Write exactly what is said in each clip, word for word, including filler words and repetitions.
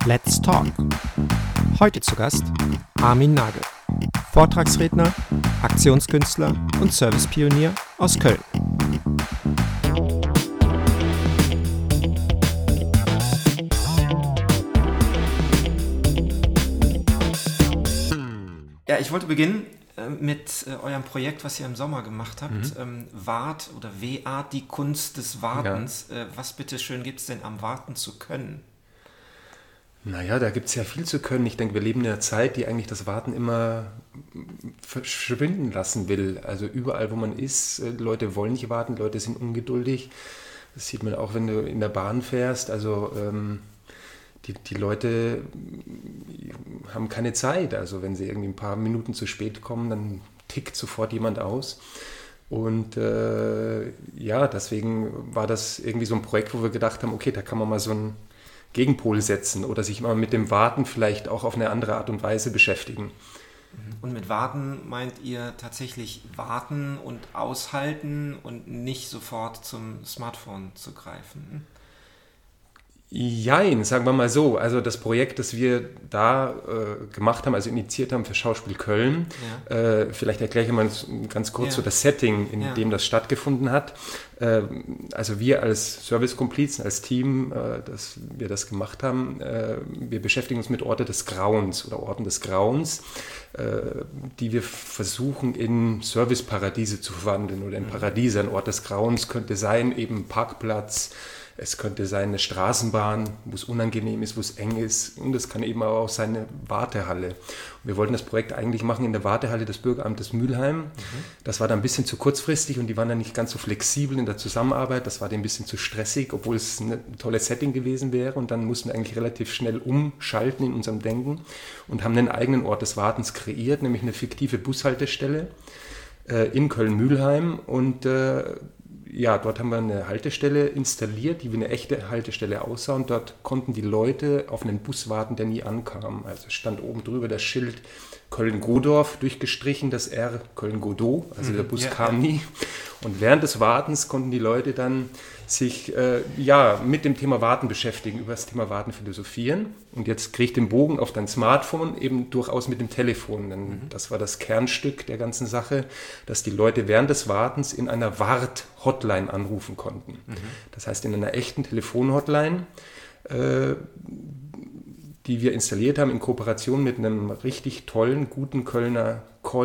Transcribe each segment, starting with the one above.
Let's Talk. Heute zu Gast Armin Nagel, Vortragsredner, Aktionskünstler und Servicepionier aus Köln. Ja, ich wollte beginnen äh, mit äh, eurem Projekt, was ihr im Sommer gemacht habt. Mhm. Ähm, Wart oder W-Art, die Kunst des Wartens. Ja. Äh, was bitteschön gibt es denn am Warten zu können? Naja, da gibt es ja viel zu können. Ich denke, wir leben in einer Zeit, die eigentlich das Warten immer verschwinden lassen will. Also überall, wo man ist, Leute wollen nicht warten, Leute sind ungeduldig. Das sieht man auch, wenn du in der Bahn fährst. Also ähm, die, die Leute haben keine Zeit. Also wenn sie irgendwie ein paar Minuten zu spät kommen, dann tickt sofort jemand aus. Und äh, ja, deswegen war das irgendwie so ein Projekt, wo wir gedacht haben, okay, da kann man mal so ein Gegenpol setzen oder sich mal mit dem Warten vielleicht auch auf eine andere Art und Weise beschäftigen. Und mit Warten meint ihr tatsächlich warten und aushalten und nicht sofort zum Smartphone zu greifen? Jein, sagen wir mal so. Also das Projekt, das wir da äh, gemacht haben, also initiiert haben für Schauspiel Köln, ja. äh, vielleicht erkläre ich mal ganz kurz ja. so das Setting, in ja. dem das stattgefunden hat. Äh, also wir als Servicekomplizen, als Team, äh, dass wir das gemacht haben, äh, wir beschäftigen uns mit Orte des Grauens oder Orten des Grauens, äh, die wir versuchen in Serviceparadiese zu verwandeln oder in mhm. Paradiese. Ein Ort des Grauens könnte sein, eben Parkplatz. Es könnte sein eine Straßenbahn, wo es unangenehm ist, wo es eng ist. Und es kann eben auch sein eine Wartehalle. Und wir wollten das Projekt eigentlich machen in der Wartehalle des Bürgeramtes Mülheim. Mhm. Das war dann ein bisschen zu kurzfristig und die waren dann nicht ganz so flexibel in der Zusammenarbeit. Das war denen ein bisschen zu stressig, obwohl es ein tolles Setting gewesen wäre. Und dann mussten wir eigentlich relativ schnell umschalten in unserem Denken und haben einen eigenen Ort des Wartens kreiert, nämlich eine fiktive Bushaltestelle äh, in Köln-Mülheim. Und äh, ja, dort haben wir eine Haltestelle installiert, die wie eine echte Haltestelle aussah und dort konnten die Leute auf einen Bus warten, der nie ankam. Also stand oben drüber das Schild Köln-Godorf durchgestrichen, das R Köln-Godot, also der Bus ja, kam ja. nie. Und während des Wartens konnten die Leute dann sich äh, ja, mit dem Thema Warten beschäftigen, über das Thema Warten philosophieren. Und jetzt kriege ich den Bogen auf dein Smartphone, eben durchaus mit dem Telefon. Denn mhm. das war das Kernstück der ganzen Sache, dass die Leute während des Wartens in einer Wart-Hotline anrufen konnten. Mhm. Das heißt, in einer echten Telefon-Hotline, äh, die wir installiert haben in Kooperation mit einem richtig tollen, guten Kölner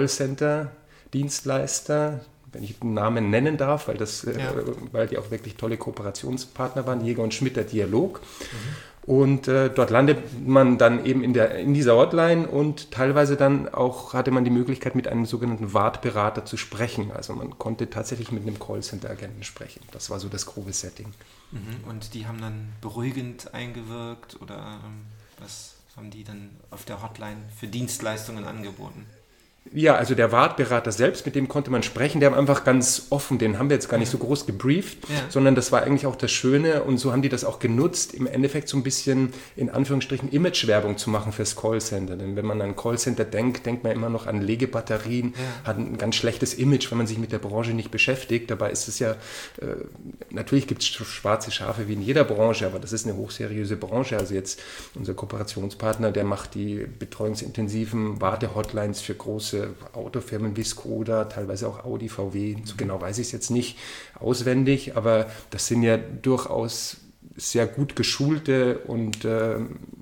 Callcenter-Dienstleister, wenn ich den Namen nennen darf, weil, das, ja. äh, weil die auch wirklich tolle Kooperationspartner waren, Jäger und Schmidt, der Dialog. Mhm. Und äh, dort landet man dann eben in, der, in dieser Hotline und teilweise dann auch hatte man die Möglichkeit, mit einem sogenannten Wartberater zu sprechen. Also man konnte tatsächlich mit einem Callcenter-Agenten sprechen. Das war so das grobe Setting. Mhm. Und die haben dann beruhigend eingewirkt oder ähm, was haben die dann auf der Hotline für Dienstleistungen angeboten? Ja, also der Wartberater selbst, mit dem konnte man sprechen, der war einfach ganz offen, den haben wir jetzt gar nicht so groß gebrieft, ja. sondern das war eigentlich auch das Schöne und so haben die das auch genutzt, im Endeffekt so ein bisschen in Anführungsstrichen Imagewerbung zu machen fürs Callcenter. Denn wenn man an Callcenter denkt, denkt man immer noch an Legebatterien, ja. hat ein ganz schlechtes Image, wenn man sich mit der Branche nicht beschäftigt. Dabei ist es ja, äh, natürlich gibt es schwarze Schafe wie in jeder Branche, aber das ist eine hochseriöse Branche. Also jetzt unser Kooperationspartner, der macht die betreuungsintensiven Wartehotlines für große Autofirmen wie Skoda, teilweise auch Audi, V W, so genau weiß ich es jetzt nicht auswendig, aber das sind ja durchaus sehr gut geschulte und äh,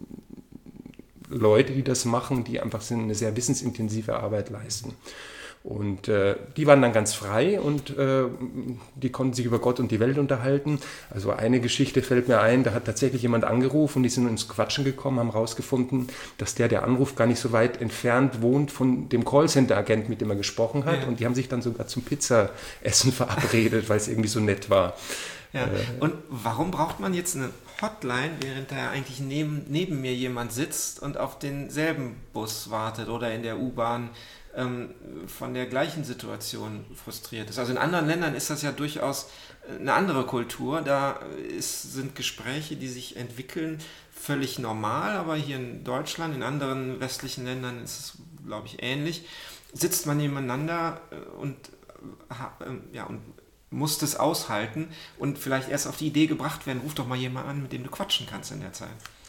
Leute, die das machen, die einfach eine sehr wissensintensive Arbeit leisten. Und äh, die waren dann ganz frei und äh, die konnten sich über Gott und die Welt unterhalten. Also eine Geschichte fällt mir ein, da hat tatsächlich jemand angerufen und die sind ins Quatschen gekommen, haben rausgefunden, dass der, der anruft, gar nicht so weit entfernt wohnt von dem Callcenter-Agent, mit dem er gesprochen hat. Ja. Und die haben sich dann sogar zum Pizzaessen verabredet, weil es irgendwie so nett war. Ja. Äh, und warum braucht man jetzt eine Hotline, während da eigentlich neben, neben mir jemand sitzt und auf denselben Bus wartet oder in der U-Bahn von der gleichen Situation frustriert ist. Also in anderen Ländern ist das ja durchaus eine andere Kultur. Da ist, sind Gespräche, die sich entwickeln, völlig normal, aber hier in Deutschland, in anderen westlichen Ländern ist es, glaube ich, ähnlich. Sitzt man nebeneinander und, ja, und muss das aushalten und vielleicht erst auf die Idee gebracht werden, ruf doch mal jemanden an, mit dem du quatschen kannst in der Zeit.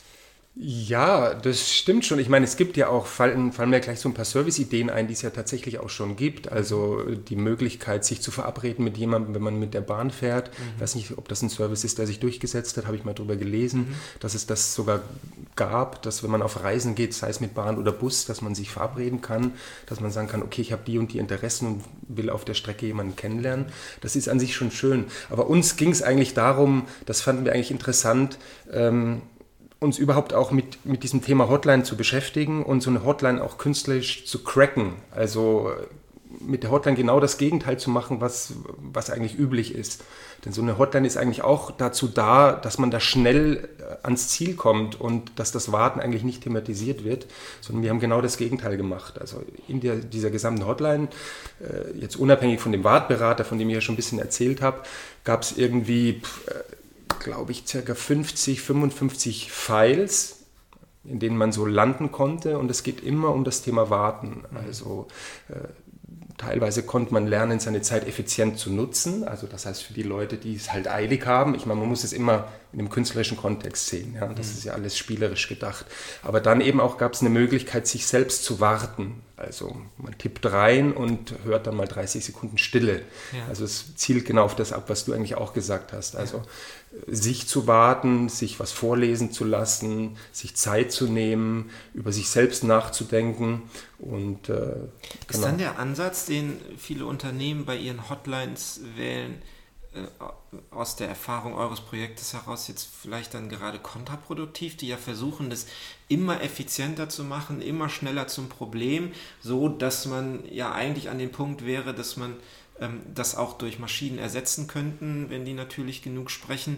Ja, das stimmt schon. Ich meine, es gibt ja auch, fallen, fallen mir gleich so ein paar Service-Ideen ein, die es ja tatsächlich auch schon gibt. Also die Möglichkeit, sich zu verabreden mit jemandem, wenn man mit der Bahn fährt. Mhm. Ich weiß nicht, ob das ein Service ist, der sich durchgesetzt hat, habe ich mal drüber gelesen, mhm. dass es das sogar gab, dass wenn man auf Reisen geht, sei es mit Bahn oder Bus, dass man sich verabreden kann, dass man sagen kann, okay, ich habe die und die Interessen und will auf der Strecke jemanden kennenlernen. Das ist an sich schon schön. Aber uns ging es eigentlich darum, das fanden wir eigentlich interessant, ähm, uns überhaupt auch mit, mit diesem Thema Hotline zu beschäftigen und so eine Hotline auch künstlerisch zu cracken. Also mit der Hotline genau das Gegenteil zu machen, was, was eigentlich üblich ist. Denn so eine Hotline ist eigentlich auch dazu da, dass man da schnell ans Ziel kommt und dass das Warten eigentlich nicht thematisiert wird, sondern wir haben genau das Gegenteil gemacht. Also in der, dieser gesamten Hotline, jetzt unabhängig von dem Wartberater, von dem ich ja schon ein bisschen erzählt habe, gab es irgendwie, glaube ich, ca. fünfzig, fünfundfünfzig Files, in denen man so landen konnte, und es geht immer um das Thema Warten. Also äh, teilweise konnte man lernen, seine Zeit effizient zu nutzen, also das heißt für die Leute, die es halt eilig haben, ich meine, man muss es immer in dem künstlerischen Kontext sehen, ja? Das mhm. ist ja alles spielerisch gedacht, aber dann eben auch gab es eine Möglichkeit, sich selbst zu warten, also man tippt rein und hört dann mal dreißig Sekunden Stille, ja. Also es zielt genau auf das ab, was du eigentlich auch gesagt hast, also ja. Sich zu warten, sich was vorlesen zu lassen, sich Zeit zu nehmen, über sich selbst nachzudenken. Und, äh, genau. Ist dann der Ansatz, den viele Unternehmen bei ihren Hotlines wählen, äh, aus der Erfahrung eures Projektes heraus jetzt vielleicht dann gerade kontraproduktiv, die ja versuchen, das immer effizienter zu machen, immer schneller zum Problem, so dass man ja eigentlich an dem Punkt wäre, dass man das auch durch Maschinen ersetzen könnten, wenn die natürlich genug sprechen,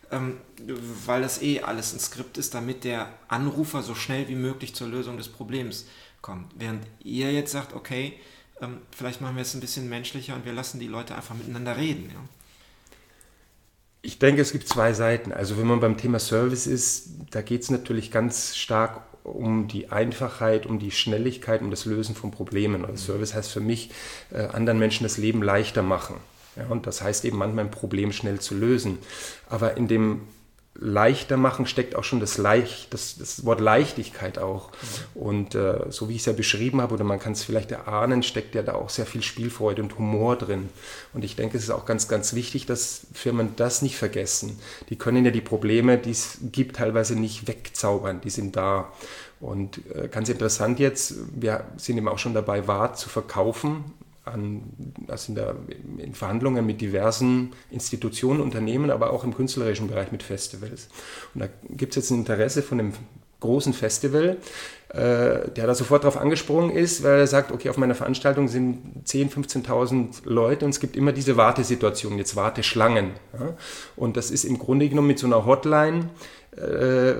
weil das eh alles ein Skript ist, damit der Anrufer so schnell wie möglich zur Lösung des Problems kommt. Während ihr jetzt sagt, okay, vielleicht machen wir es ein bisschen menschlicher und wir lassen die Leute einfach miteinander reden. Ja? Ich denke, es gibt zwei Seiten. Also wenn man beim Thema Service ist, da geht es natürlich ganz stark um die Einfachheit, um die Schnelligkeit, um das Lösen von Problemen. Also Service heißt für mich, äh, anderen Menschen das Leben leichter machen. Ja, und das heißt eben manchmal ein Problem schnell zu lösen. Aber in dem leichter machen steckt auch schon das, Leicht, das, das Wort Leichtigkeit auch. Mhm. Und äh, so wie ich es ja beschrieben habe, oder man kann es vielleicht erahnen, steckt ja da auch sehr viel Spielfreude und Humor drin. Und ich denke, es ist auch ganz, ganz wichtig, dass Firmen das nicht vergessen. Die können ja die Probleme, die es gibt, teilweise nicht wegzaubern. Die sind da. Und äh, ganz interessant jetzt, wir sind eben auch schon dabei, Wart zu verkaufen. An, also in, der, in Verhandlungen mit diversen Institutionen, Unternehmen, aber auch im künstlerischen Bereich mit Festivals. Und da gibt es jetzt ein Interesse von einem großen Festival, äh, der da sofort drauf angesprungen ist, weil er sagt, okay, auf meiner Veranstaltung sind zehntausend, fünfzehntausend Leute und es gibt immer diese Wartesituation, jetzt Warteschlangen. Ja? Und das ist im Grunde genommen mit so einer Hotline, äh,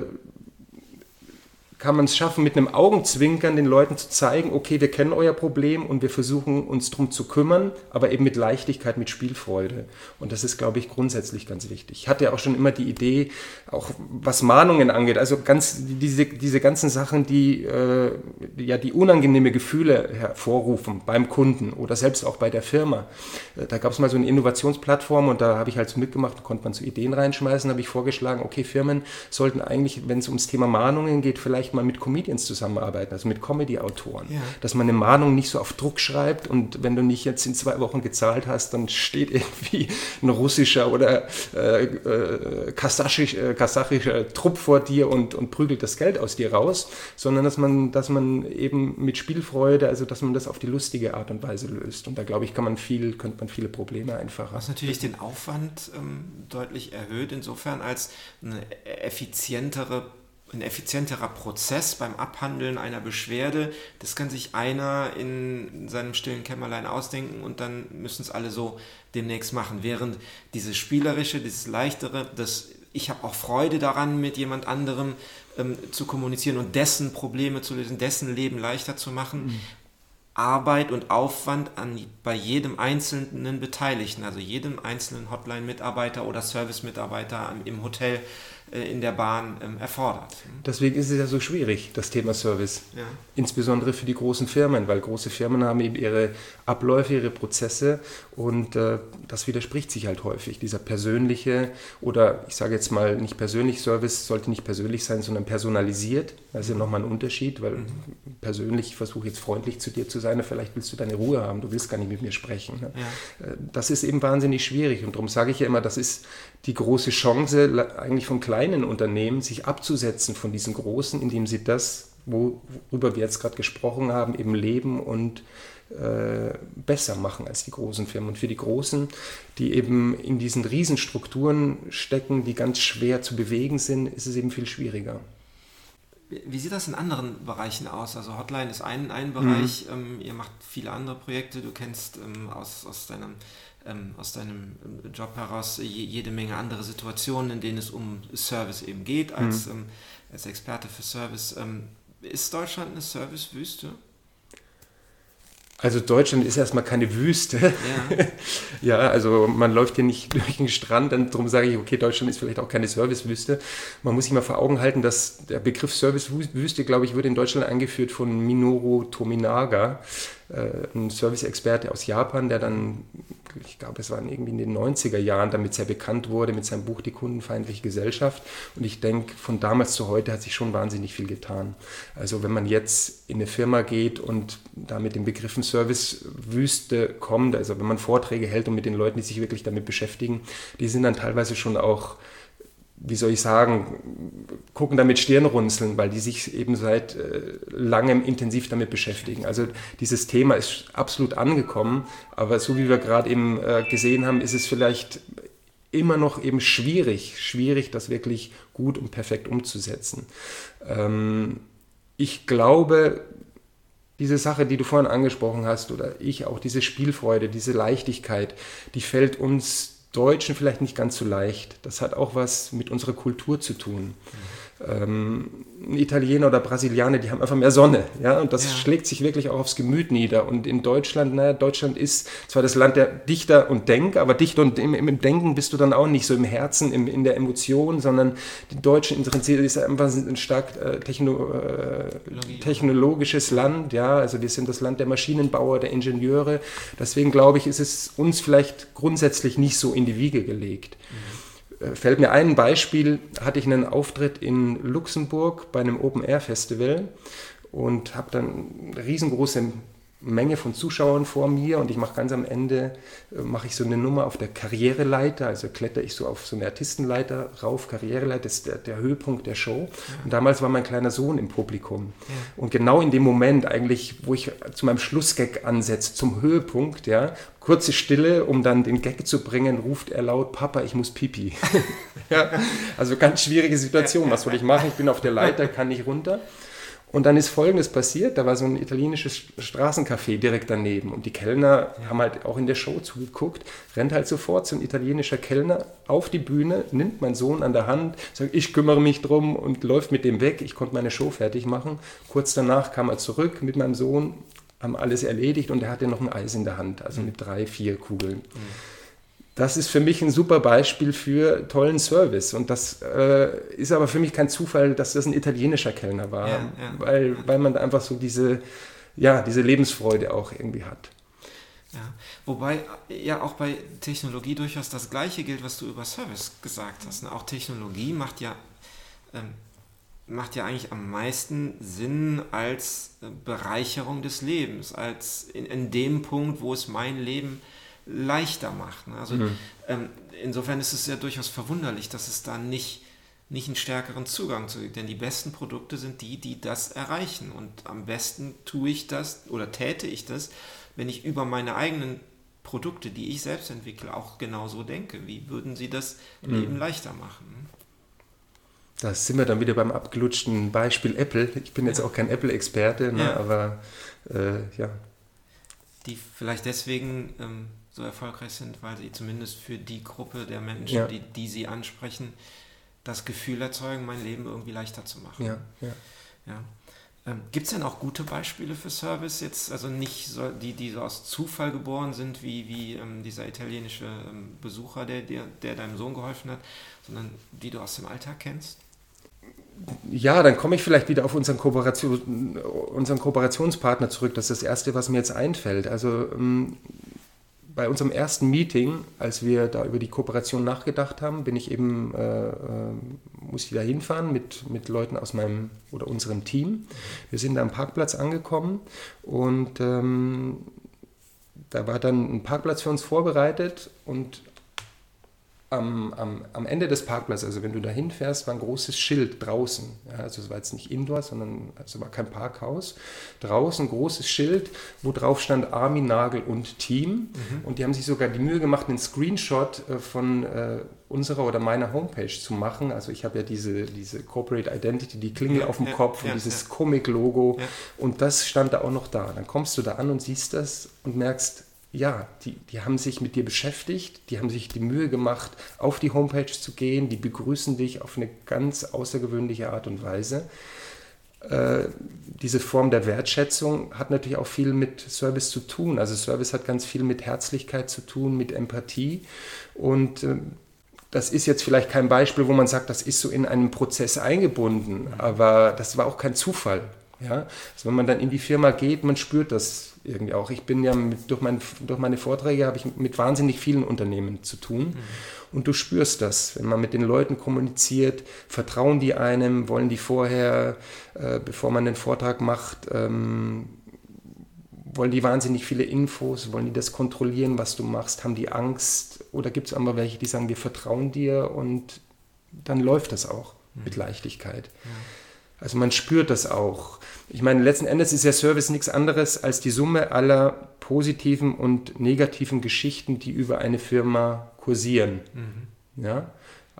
kann man es schaffen, mit einem Augenzwinkern den Leuten zu zeigen, okay, wir kennen euer Problem und wir versuchen uns darum zu kümmern, aber eben mit Leichtigkeit, mit Spielfreude. Und das ist, glaube ich, grundsätzlich ganz wichtig. Ich hatte ja auch schon immer die Idee, auch was Mahnungen angeht, also ganz diese, diese ganzen Sachen, die äh, ja die unangenehme Gefühle hervorrufen beim Kunden oder selbst auch bei der Firma. Da gab es mal so eine Innovationsplattform und da habe ich halt so mitgemacht, da konnte man so Ideen reinschmeißen, da habe ich vorgeschlagen, okay, Firmen sollten eigentlich, wenn es ums Thema Mahnungen geht, vielleicht mal mit Comedians zusammenarbeiten, also mit Comedy-Autoren, ja. Dass man eine Mahnung nicht so auf Druck schreibt und wenn du nicht jetzt in zwei Wochen gezahlt hast, dann steht irgendwie ein russischer oder äh, äh, kasachisch, äh, kasachischer Trupp vor dir und, und prügelt das Geld aus dir raus, sondern dass man, dass man eben mit Spielfreude, also dass man das auf die lustige Art und Weise löst. Und da glaube ich, kann man viel, könnte man viele Probleme einfacher. Was natürlich den Aufwand ähm, deutlich erhöht, insofern als eine effizientere Ein effizienterer Prozess beim Abhandeln einer Beschwerde, das kann sich einer in seinem stillen Kämmerlein ausdenken und dann müssen es alle so demnächst machen. Während dieses Spielerische, dieses Leichtere, das ich habe auch Freude daran, mit jemand anderem ähm, zu kommunizieren und dessen Probleme zu lösen, dessen Leben leichter zu machen. Mhm. Arbeit und Aufwand an, bei jedem einzelnen Beteiligten, also jedem einzelnen Hotline-Mitarbeiter oder Service-Mitarbeiter im Hotel, in der Bahn ähm, erfordert. Deswegen ist es ja so schwierig, das Thema Service. Ja. Insbesondere für die großen Firmen, weil große Firmen haben eben ihre Abläufe, ihre Prozesse und äh, das widerspricht sich halt häufig. Dieser persönliche oder ich sage jetzt mal nicht persönlich, Service sollte nicht persönlich sein, sondern personalisiert. Das ist ja nochmal ein Unterschied, weil mhm. persönlich, ich versuche jetzt freundlich zu dir zu sein, vielleicht willst du deine Ruhe haben, du willst gar nicht mit mir sprechen. Ne? Ja. Das ist eben wahnsinnig schwierig und darum sage ich ja immer, das ist die große Chance eigentlich von kleinen Unternehmen, sich abzusetzen von diesen großen, indem sie das, worüber wir jetzt gerade gesprochen haben, eben leben und äh, besser machen als die großen Firmen. Und für die Großen, die eben in diesen Riesenstrukturen stecken, die ganz schwer zu bewegen sind, ist es eben viel schwieriger. Wie sieht das in anderen Bereichen aus? Also Hotline ist ein, ein Bereich, mhm. ähm, ihr macht viele andere Projekte, du kennst ähm, aus, aus deinem ähm, aus deinem Job heraus jede Menge andere Situationen, in denen es um Service eben geht, als, mhm. ähm, als Experte für Service. Ähm, ist Deutschland eine Servicewüste? Also Deutschland ist erstmal keine Wüste. Ja. ja, also man läuft hier nicht durch den Strand, und darum sage ich, okay, Deutschland ist vielleicht auch keine Servicewüste. Man muss sich mal vor Augen halten, dass der Begriff Servicewüste, glaube ich, wurde in Deutschland eingeführt von Minoru Tominaga, äh, ein Service-Experte aus Japan, der dann, ich glaube, es waren irgendwie in den neunziger Jahren, damit sehr bekannt wurde mit seinem Buch Die kundenfeindliche Gesellschaft. Und ich denke, von damals zu heute hat sich schon wahnsinnig viel getan. Also wenn man jetzt in eine Firma geht und da mit den Begriffen Servicewüste kommt, also wenn man Vorträge hält und mit den Leuten, die sich wirklich damit beschäftigen, die sind dann teilweise schon auch, wie soll ich sagen, gucken damit Stirnrunzeln, weil die sich eben seit äh, langem intensiv damit beschäftigen. Also dieses Thema ist absolut angekommen, aber so wie wir gerade eben äh, gesehen haben, ist es vielleicht immer noch eben schwierig, schwierig, das wirklich gut und perfekt umzusetzen. Ähm, ich glaube, diese Sache, die du vorhin angesprochen hast, oder ich auch, diese Spielfreude, diese Leichtigkeit, die fällt uns Deutschen vielleicht nicht ganz so leicht. Das hat auch was mit unserer Kultur zu tun. Mhm. Ähm, Italiener oder Brasilianer, die haben einfach mehr Sonne, ja, und das ja. schlägt sich wirklich auch aufs Gemüt nieder. Und in Deutschland, naja, Deutschland ist zwar das Land der Dichter und Denker, aber Dichter und im, im Denken bist du dann auch nicht so im Herzen, im, in der Emotion, sondern die Deutschen interessieren sich einfach ein stark äh, techno, äh, technologisches Land, ja, also wir sind das Land der Maschinenbauer, der Ingenieure. Deswegen glaube ich, ist es uns vielleicht grundsätzlich nicht so in die Wiege gelegt. Mhm. Fällt mir ein Beispiel, hatte ich einen Auftritt in Luxemburg bei einem Open-Air-Festival und habe dann eine riesengroße Menge von Zuschauern vor mir und ich mache ganz am Ende, mache ich so eine Nummer auf der Karriereleiter, also kletter ich so auf so eine Artistenleiter rauf, Karriereleiter, das ist der, der Höhepunkt der Show. Ja. Und damals war mein kleiner Sohn im Publikum. Ja. Und genau in dem Moment eigentlich, wo ich zu meinem Schlussgag ansetze, zum Höhepunkt, ja, kurze Stille, um dann den Gag zu bringen, ruft er laut, Papa, ich muss pipi. ja, also ganz schwierige Situation, was soll ich machen? Ich bin auf der Leiter, kann nicht runter. Und dann ist Folgendes passiert, da war so ein italienisches Straßencafé direkt daneben und die Kellner haben halt auch in der Show zugeguckt, rennt halt sofort so ein italienischer Kellner auf die Bühne, nimmt meinen Sohn an der Hand, sagt, ich kümmere mich drum und läuft mit dem weg, ich konnte meine Show fertig machen. Kurz danach kam er zurück mit meinem Sohn, haben alles erledigt und er hatte noch ein Eis in der Hand, also mit drei, vier Kugeln. Mhm. Das ist für mich ein super Beispiel für tollen Service und das äh, ist aber für mich kein Zufall, dass das ein italienischer Kellner war, ja, ja. Weil, weil man da einfach so diese, ja, diese Lebensfreude auch irgendwie hat. Ja, wobei ja auch bei Technologie durchaus das Gleiche gilt, was du über Service gesagt hast. Auch Technologie macht ja, ähm, macht ja eigentlich am meisten Sinn als Bereicherung des Lebens, als in, in dem Punkt, wo es mein Leben leichter macht. Also mhm. ähm, insofern ist es ja durchaus verwunderlich, dass es da nicht, nicht einen stärkeren Zugang zu gibt, denn die besten Produkte sind die, die das erreichen und am besten tue ich das oder täte ich das, wenn ich über meine eigenen Produkte, die ich selbst entwickle, auch genauso denke. Wie würden sie das mhm. Leben leichter machen? Da sind wir dann wieder beim abgelutschten Beispiel Apple. Ich bin jetzt ja. auch kein Apple-Experte, ne, ja. aber äh, ja. Die vielleicht deswegen ähm, so erfolgreich sind, weil sie zumindest für die Gruppe der Menschen, ja. die, die sie ansprechen, das Gefühl erzeugen, mein Leben irgendwie leichter zu machen. Ja, ja. ja. Ähm, Gibt es denn auch gute Beispiele für Service jetzt, also nicht so, die, die so aus Zufall geboren sind, wie, wie ähm, dieser italienische ähm, Besucher, der, der, der deinem Sohn geholfen hat, sondern die du aus dem Alltag kennst? Ja, dann komme ich vielleicht wieder auf unseren, Kooperation, unseren Kooperationspartner zurück. Das ist das Erste, was mir jetzt einfällt. Also ähm, bei unserem ersten Meeting, als wir da über die Kooperation nachgedacht haben, bin ich eben, äh, äh, muss ich da hinfahren mit, mit Leuten aus meinem oder unserem Team. Wir sind da am Parkplatz angekommen und ähm, da war dann ein Parkplatz für uns vorbereitet und Am, am, am Ende des Parkplatzes, also wenn du da hinfährst, war ein großes Schild draußen. Ja, also es war jetzt nicht Indoor, sondern es also war kein Parkhaus. Draußen ein großes Schild, wo drauf stand Armin Nagel und Team. Mhm. Und die haben sich sogar die Mühe gemacht, einen Screenshot von äh, unserer oder meiner Homepage zu machen. Also ich habe ja diese, diese Corporate Identity, die Klingel ja, auf dem ja, Kopf und ja, dieses ja. Comic-Logo. Ja. Und das stand da auch noch da. Dann kommst du da an und siehst das und merkst, ja, die, die haben sich mit dir beschäftigt, die haben sich die Mühe gemacht, auf die Homepage zu gehen, die begrüßen dich auf eine ganz außergewöhnliche Art und Weise. Äh, diese Form der Wertschätzung hat natürlich auch viel mit Service zu tun. Also Service hat ganz viel mit Herzlichkeit zu tun, mit Empathie und äh, das ist jetzt vielleicht kein Beispiel, wo man sagt, das ist so in einen Prozess eingebunden, aber das war auch kein Zufall. Ja? Also wenn man dann in die Firma geht, man spürt das irgendwie auch. Ich bin ja mit, durch, mein, durch meine Vorträge habe ich mit wahnsinnig vielen Unternehmen zu tun mhm. und du spürst das, wenn man mit den Leuten kommuniziert, vertrauen die einem, wollen die vorher, äh, bevor man den Vortrag macht, ähm, wollen die wahnsinnig viele Infos, wollen die das kontrollieren, was du machst, haben die Angst oder gibt es aber welche, die sagen, wir vertrauen dir und dann läuft das auch mhm. mit Leichtigkeit. Ja. Also man spürt das auch. Ich meine, letzten Endes ist ja Service nichts anderes als die Summe aller positiven und negativen Geschichten, die über eine Firma kursieren. Mhm. Ja?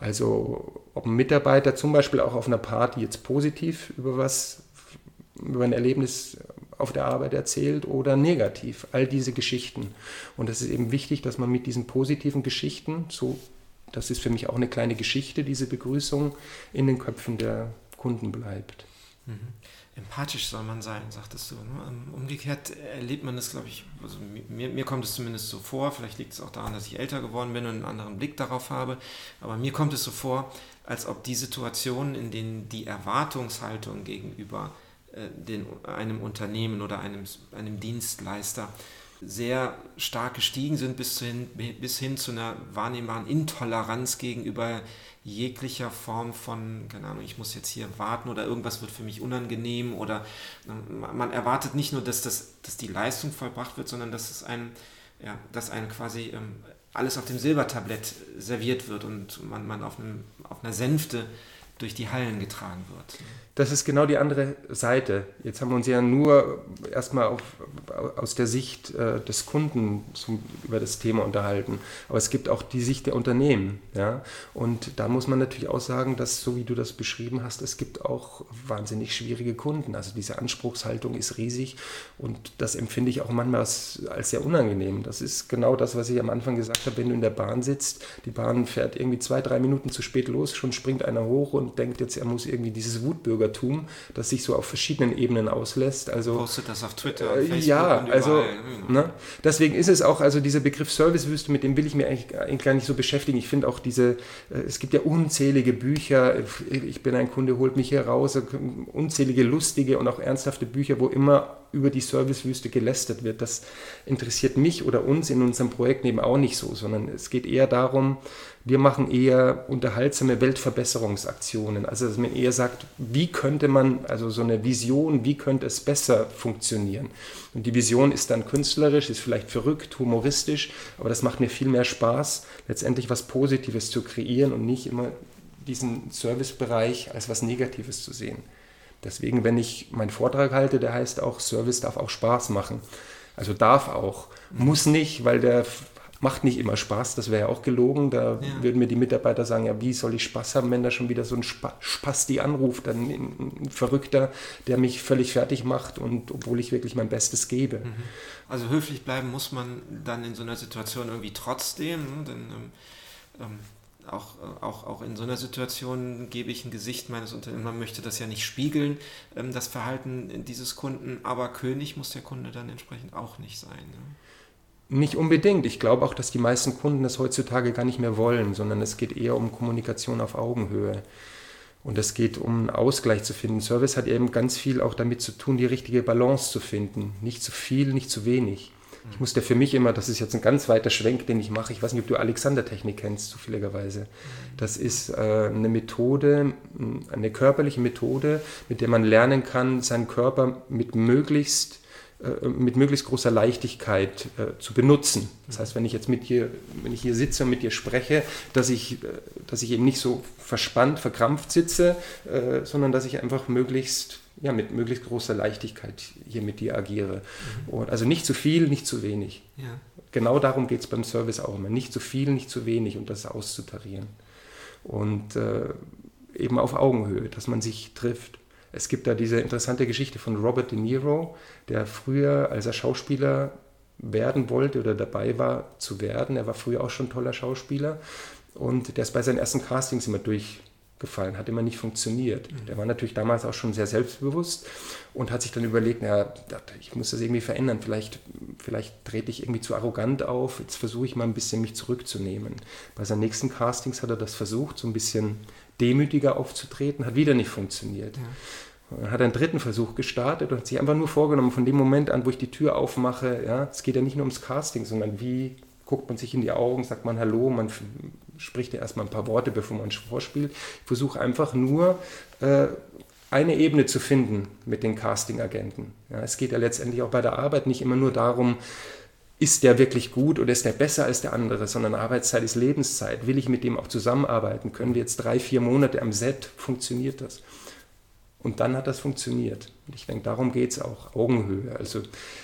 Also ob ein Mitarbeiter zum Beispiel auch auf einer Party jetzt positiv über was, über ein Erlebnis auf der Arbeit erzählt oder negativ. All diese Geschichten. Und es ist eben wichtig, dass man mit diesen positiven Geschichten, so, das ist für mich auch eine kleine Geschichte, diese Begrüßung, in den Köpfen der Kunden bleibt. Mhm. Empathisch soll man sein, sagtest du. Ne? Umgekehrt erlebt man das, glaube ich, also mir, mir kommt es zumindest so vor, vielleicht liegt es auch daran, dass ich älter geworden bin und einen anderen Blick darauf habe, aber mir kommt es so vor, als ob die Situationen, in denen die Erwartungshaltung gegenüber äh, den, einem Unternehmen oder einem, einem Dienstleister sehr stark gestiegen sind bis hin, bis hin zu einer wahrnehmbaren Intoleranz gegenüber jeglicher Form von, keine Ahnung, ich muss jetzt hier warten oder irgendwas wird für mich unangenehm oder man erwartet nicht nur, dass, das, dass die Leistung vollbracht wird, sondern dass es einem, ja, dass einem quasi ähm, alles auf dem Silbertablett serviert wird und man, man auf, einem, auf einer Sänfte durch die Hallen getragen wird. Das ist genau die andere Seite. Jetzt haben wir uns ja nur erstmal auf, aus der Sicht äh, des Kunden zum, über das Thema unterhalten. Aber es gibt auch die Sicht der Unternehmen. Ja? Und da muss man natürlich auch sagen, dass, so wie du das beschrieben hast, es gibt auch wahnsinnig schwierige Kunden. Also diese Anspruchshaltung ist riesig und das empfinde ich auch manchmal als, als sehr unangenehm. Das ist genau das, was ich am Anfang gesagt habe, wenn du in der Bahn sitzt, die Bahn fährt irgendwie zwei, drei Minuten zu spät los, schon springt einer hoch und denkt jetzt, er muss irgendwie dieses Wutbürger das sich so auf verschiedenen Ebenen auslässt. Also, postet das auf Twitter, äh, Facebook ja, und also ne? Deswegen ist es auch, also dieser Begriff Servicewüste, mit dem will ich mir eigentlich, eigentlich gar nicht so beschäftigen. Ich finde auch diese, äh, es gibt ja unzählige Bücher, ich bin ein Kunde, holt mich hier raus, unzählige lustige und auch ernsthafte Bücher, wo immer über die Servicewüste gelästert wird. Das interessiert mich oder uns in unserem Projekt eben auch nicht so, sondern es geht eher darum, wir machen eher unterhaltsame Weltverbesserungsaktionen. Also dass man eher sagt, wie könnte man, also so eine Vision, wie könnte es besser funktionieren? Und die Vision ist dann künstlerisch, ist vielleicht verrückt, humoristisch, aber das macht mir viel mehr Spaß, letztendlich was Positives zu kreieren und nicht immer diesen Servicebereich als was Negatives zu sehen. Deswegen, wenn ich meinen Vortrag halte, der heißt auch, Service darf auch Spaß machen. Also darf auch, muss nicht, weil der macht nicht immer Spaß, das wäre ja auch gelogen. Da ja. würden mir die Mitarbeiter sagen, ja, wie soll ich Spaß haben, wenn da schon wieder so ein Sp- Spasti anruft, dann ein Verrückter, der mich völlig fertig macht und obwohl ich wirklich mein Bestes gebe. Also höflich bleiben muss man dann in so einer Situation irgendwie trotzdem, ne? Denn ähm, auch, auch, auch in so einer Situation gebe ich ein Gesicht meines Unternehmens, man möchte das ja nicht spiegeln, ähm, das Verhalten dieses Kunden, aber König muss der Kunde dann entsprechend auch nicht sein. Ne? Nicht unbedingt. Ich glaube auch, dass die meisten Kunden das heutzutage gar nicht mehr wollen, sondern es geht eher um Kommunikation auf Augenhöhe. Und es geht um einen Ausgleich zu finden. Service hat eben ganz viel auch damit zu tun, die richtige Balance zu finden. Nicht zu viel, nicht zu wenig. Ich musste für mich immer, das ist jetzt ein ganz weiter Schwenk, den ich mache, ich weiß nicht, ob du Alexander-Technik kennst, zufälligerweise. Das ist äh, eine Methode, eine körperliche Methode, mit der man lernen kann, seinen Körper mit möglichst, äh, mit möglichst großer Leichtigkeit äh, zu benutzen. Das heißt, wenn ich jetzt mit dir, wenn ich hier sitze und mit dir spreche, dass ich, äh, dass ich eben nicht so verspannt, verkrampft sitze, äh, sondern dass ich einfach möglichst ja, mit möglichst großer Leichtigkeit hier mit dir agiere. Mhm. Und also nicht zu viel, nicht zu wenig. Ja. Genau darum geht es beim Service auch immer. Nicht zu viel, nicht zu wenig und das auszutarieren. Und äh, eben auf Augenhöhe, dass man sich trifft. Es gibt da diese interessante Geschichte von Robert De Niro, der früher, als er Schauspieler werden wollte oder dabei war zu werden, er war früher auch schon ein toller Schauspieler und der ist bei seinen ersten Castings immer durch gefallen, hat immer nicht funktioniert. Der war natürlich damals auch schon sehr selbstbewusst und hat sich dann überlegt, na, ich muss das irgendwie verändern, vielleicht, vielleicht trete ich irgendwie zu arrogant auf, jetzt versuche ich mal ein bisschen mich zurückzunehmen. Bei seinen nächsten Castings hat er das versucht, so ein bisschen demütiger aufzutreten, hat wieder nicht funktioniert. Ja. Dann hat er einen dritten Versuch gestartet und hat sich einfach nur vorgenommen, von dem Moment an, wo ich die Tür aufmache, ja, es geht ja nicht nur ums Casting, sondern wie guckt man sich in die Augen, sagt man Hallo, man spricht ja erstmal ein paar Worte, bevor man vorspielt. Ich versuche einfach nur, äh, eine Ebene zu finden mit den Casting-Agenten. Ja, es geht ja letztendlich auch bei der Arbeit nicht immer nur darum, ist der wirklich gut oder ist der besser als der andere, sondern Arbeitszeit ist Lebenszeit. Will ich mit dem auch zusammenarbeiten? Können wir jetzt drei, vier Monate am Set? Funktioniert das? Und dann hat das funktioniert. Und ich denke, darum geht es auch, Augenhöhe. Also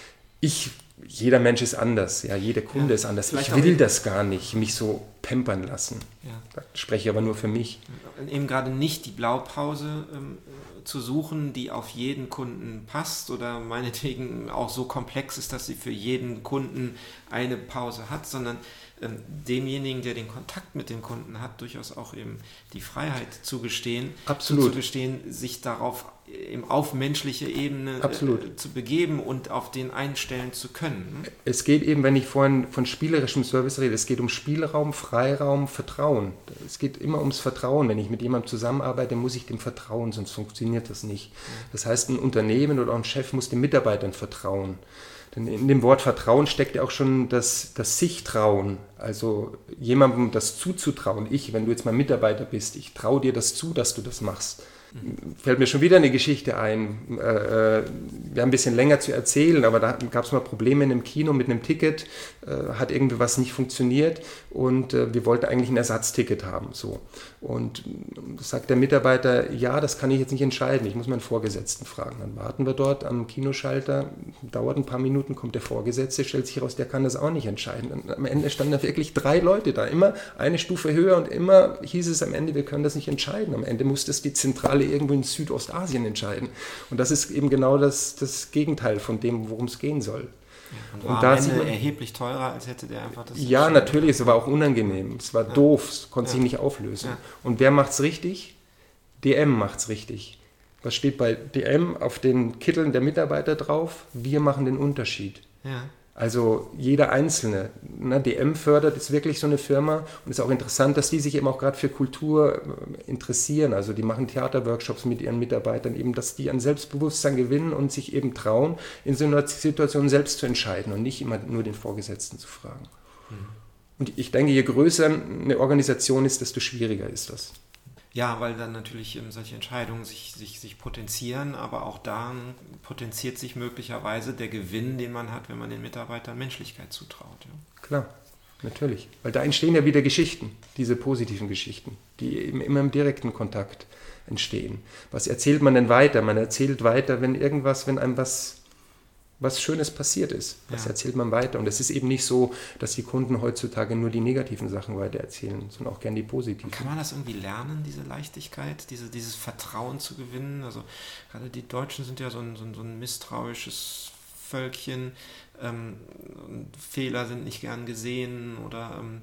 ich Jeder Mensch ist anders, ja, jeder Kunde ja, ist anders. Ich will das gar nicht, mich so pampern lassen. Ja. Da spreche ich aber nur für mich. Und eben gerade nicht die Blaupause ähm, zu suchen, die auf jeden Kunden passt oder meinetwegen auch so komplex ist, dass sie für jeden Kunden eine Pause hat, sondern ähm, demjenigen, der den Kontakt mit dem Kunden hat, durchaus auch eben die Freiheit zugestehen, Absolut. zugestehen, sich darauf eben auf menschliche Ebene äh, zu begeben und auf den einstellen zu können. Es geht eben, wenn ich vorhin von spielerischem Service rede, es geht um Spielraum, Freiraum, Vertrauen. Es geht immer ums Vertrauen. Wenn ich mit jemandem zusammenarbeite, muss ich dem vertrauen, sonst funktioniert das nicht. Das heißt, ein Unternehmen oder auch ein Chef muss den Mitarbeitern vertrauen. Denn in dem Wort Vertrauen steckt ja auch schon das, das Sich-Trauen, also jemandem das zuzutrauen. Ich, wenn du jetzt mal Mitarbeiter bist, ich traue dir das zu, dass du das machst. Fällt mir schon wieder eine Geschichte ein. Äh, wir haben ein bisschen länger zu erzählen, aber da gab es mal Probleme in einem Kino mit einem Ticket, äh, hat irgendwie was nicht funktioniert und äh, wir wollten eigentlich ein Ersatzticket haben. So. Und sagt der Mitarbeiter, ja, das kann ich jetzt nicht entscheiden, ich muss meinen Vorgesetzten fragen. Dann warten wir dort am Kinoschalter, dauert ein paar Minuten, kommt der Vorgesetzte, stellt sich heraus, der kann das auch nicht entscheiden. Und am Ende standen da wirklich drei Leute da, immer eine Stufe höher und immer hieß es am Ende, wir können das nicht entscheiden. Am Ende musste es die Zentrale irgendwo in Südostasien entscheiden. Und das ist eben genau das, das Gegenteil von dem, worum es gehen soll. Ja, und war und da am Ende man, erheblich teurer, als hätte der einfach das... Ja, natürlich, es war auch unangenehm. Es war ja. doof, es konnte ja. sich nicht auflösen. Ja. Und wer macht's richtig? D M macht's richtig. Was steht bei D M auf den Kitteln der Mitarbeiter drauf? Wir machen den Unterschied. Ja. Also jeder Einzelne. Na, D M fördert ist wirklich so eine Firma und es ist auch interessant, dass die sich eben auch gerade für Kultur interessieren. Also die machen Theaterworkshops mit ihren Mitarbeitern, eben, dass die an Selbstbewusstsein gewinnen und sich eben trauen, in so einer Situation selbst zu entscheiden und nicht immer nur den Vorgesetzten zu fragen. Mhm. Und ich denke, je größer eine Organisation ist, desto schwieriger ist das. Ja, weil dann natürlich ähm, solche Entscheidungen sich, sich, sich potenzieren, aber auch dann potenziert sich möglicherweise der Gewinn, den man hat, wenn man den Mitarbeitern Menschlichkeit zutraut. Ja. Klar, natürlich. Weil da entstehen ja wieder Geschichten, diese positiven Geschichten, die eben immer im direkten Kontakt entstehen. Was erzählt man denn weiter? Man erzählt weiter, wenn irgendwas, wenn einem was... was Schönes passiert ist. Das ja. erzählt man weiter. Und es ist eben nicht so, dass die Kunden heutzutage nur die negativen Sachen weitererzählen, sondern auch gern die positiven. Kann man das irgendwie lernen, diese Leichtigkeit, diese, dieses Vertrauen zu gewinnen? Also gerade die Deutschen sind ja so ein, so ein, so ein misstrauisches Völkchen. Ähm, Fehler sind nicht gern gesehen oder ähm,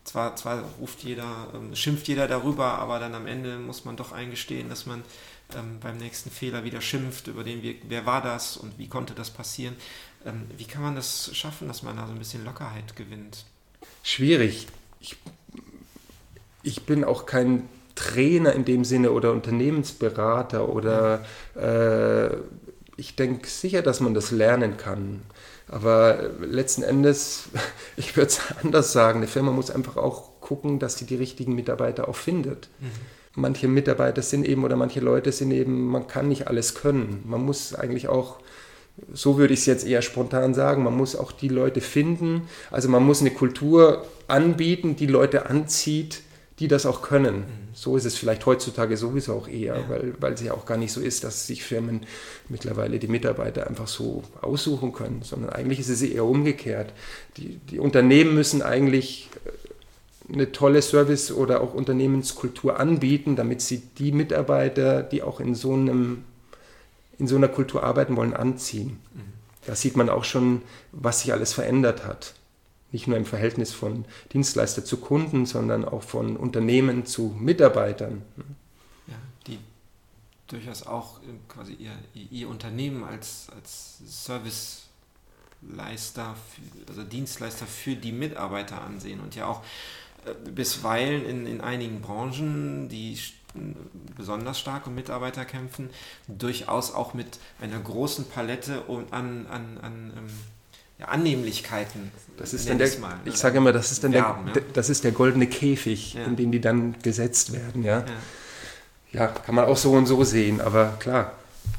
zwar, zwar ruft jeder, ähm, schimpft jeder darüber, aber dann am Ende muss man doch eingestehen, dass man ähm, beim nächsten Fehler wieder schimpft, über den, wir, wer war das und wie konnte das passieren. Ähm, wie kann man das schaffen, dass man da so ein bisschen Lockerheit gewinnt? Schwierig. Ich, ich bin auch kein Trainer in dem Sinne oder Unternehmensberater oder äh, ich denke sicher, dass man das lernen kann. Aber letzten Endes, ich würde es anders sagen, eine Firma muss einfach auch gucken, dass sie die richtigen Mitarbeiter auch findet. Mhm. Manche Mitarbeiter sind eben oder manche Leute sind eben, man kann nicht alles können. Man muss eigentlich auch, so würde ich es jetzt eher spontan sagen, man muss auch die Leute finden. Also man muss eine Kultur anbieten, die Leute anzieht, die das auch können. Mhm. So ist es vielleicht heutzutage sowieso auch eher, ja. weil, weil es ja auch gar nicht so ist, dass sich Firmen mittlerweile die Mitarbeiter einfach so aussuchen können, sondern eigentlich ist es eher umgekehrt. Die, die Unternehmen müssen eigentlich eine tolle Service- oder auch Unternehmenskultur anbieten, damit sie die Mitarbeiter, die auch in so, einem, in so einer Kultur arbeiten wollen, anziehen. Mhm. Da sieht man auch schon, was sich alles verändert hat. Nicht nur im Verhältnis von Dienstleister zu Kunden, sondern auch von Unternehmen zu Mitarbeitern. Ja, die durchaus auch quasi ihr, ihr Unternehmen als, als Serviceleister, also Dienstleister für die Mitarbeiter ansehen und ja auch bisweilen in, in einigen Branchen, die besonders stark um Mitarbeiter kämpfen, durchaus auch mit einer großen Palette an, an, an ja, Annehmlichkeiten. Das ist dann der, mal, ich sage immer, das ist dann Werben, der, ja? das ist der goldene Käfig, ja. in den die dann gesetzt werden. Ja? Ja. ja, kann man auch so und so sehen, aber klar.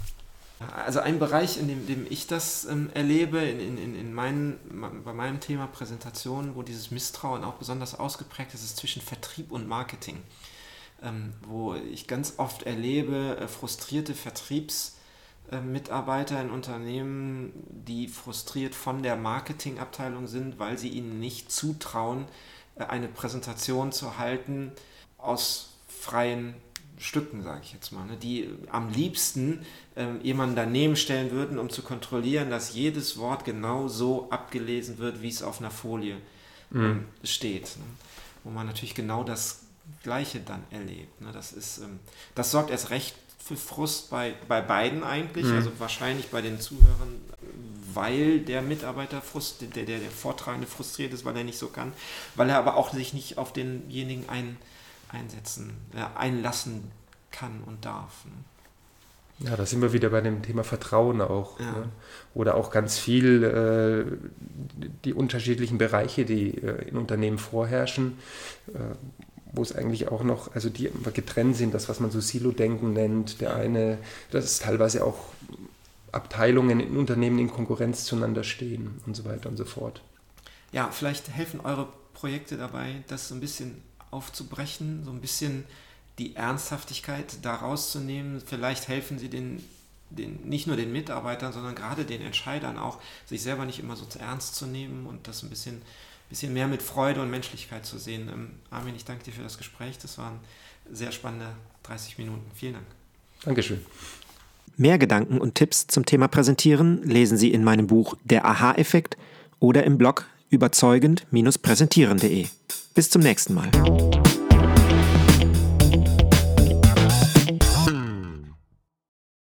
Also ein Bereich, in dem, dem ich das ähm, erlebe, in, in, in meinen, bei meinem Thema Präsentation, wo dieses Misstrauen auch besonders ausgeprägt ist, ist zwischen Vertrieb und Marketing. Ähm, wo ich ganz oft erlebe, äh, frustrierte Vertriebs- Mitarbeiter in Unternehmen, die frustriert von der Marketingabteilung sind, weil sie ihnen nicht zutrauen, eine Präsentation zu halten aus freien Stücken, sage ich jetzt mal, die am liebsten jemanden daneben stellen würden, um zu kontrollieren, dass jedes Wort genau so abgelesen wird, wie es auf einer Folie mhm. steht. Wo man natürlich genau das Gleiche dann erlebt. Das ist, das sorgt erst recht für Frust bei, bei beiden eigentlich, mhm. also wahrscheinlich bei den Zuhörern, weil der Mitarbeiter frust, der, der, der Vortragende frustriert ist, weil er nicht so kann, weil er aber auch sich nicht auf denjenigen ein, einsetzen, äh, einlassen kann und darf. Ne? Ja, da sind wir wieder bei dem Thema Vertrauen auch. Ja. Ne? Oder auch ganz viel äh, die unterschiedlichen Bereiche, die äh, in Unternehmen vorherrschen, äh, wo es eigentlich auch noch, also die getrennt sind, das, was man so Silo-Denken nennt. Der eine, das ist teilweise auch Abteilungen in Unternehmen in Konkurrenz zueinander stehen und so weiter und so fort. Ja, vielleicht helfen eure Projekte dabei, das so ein bisschen aufzubrechen, so ein bisschen die Ernsthaftigkeit da rauszunehmen. Vielleicht helfen sie den, den, nicht nur den Mitarbeitern, sondern gerade den Entscheidern auch, sich selber nicht immer so zu ernst zu nehmen und das ein bisschen bisschen mehr mit Freude und Menschlichkeit zu sehen. Ähm, Armin, ich danke dir für das Gespräch. Das waren sehr spannende dreißig Minuten. Vielen Dank. Dankeschön. Mehr Gedanken und Tipps zum Thema Präsentieren lesen Sie in meinem Buch Der Aha-Effekt oder im Blog überzeugend Bindestrich präsentieren punkt de. Bis zum nächsten Mal.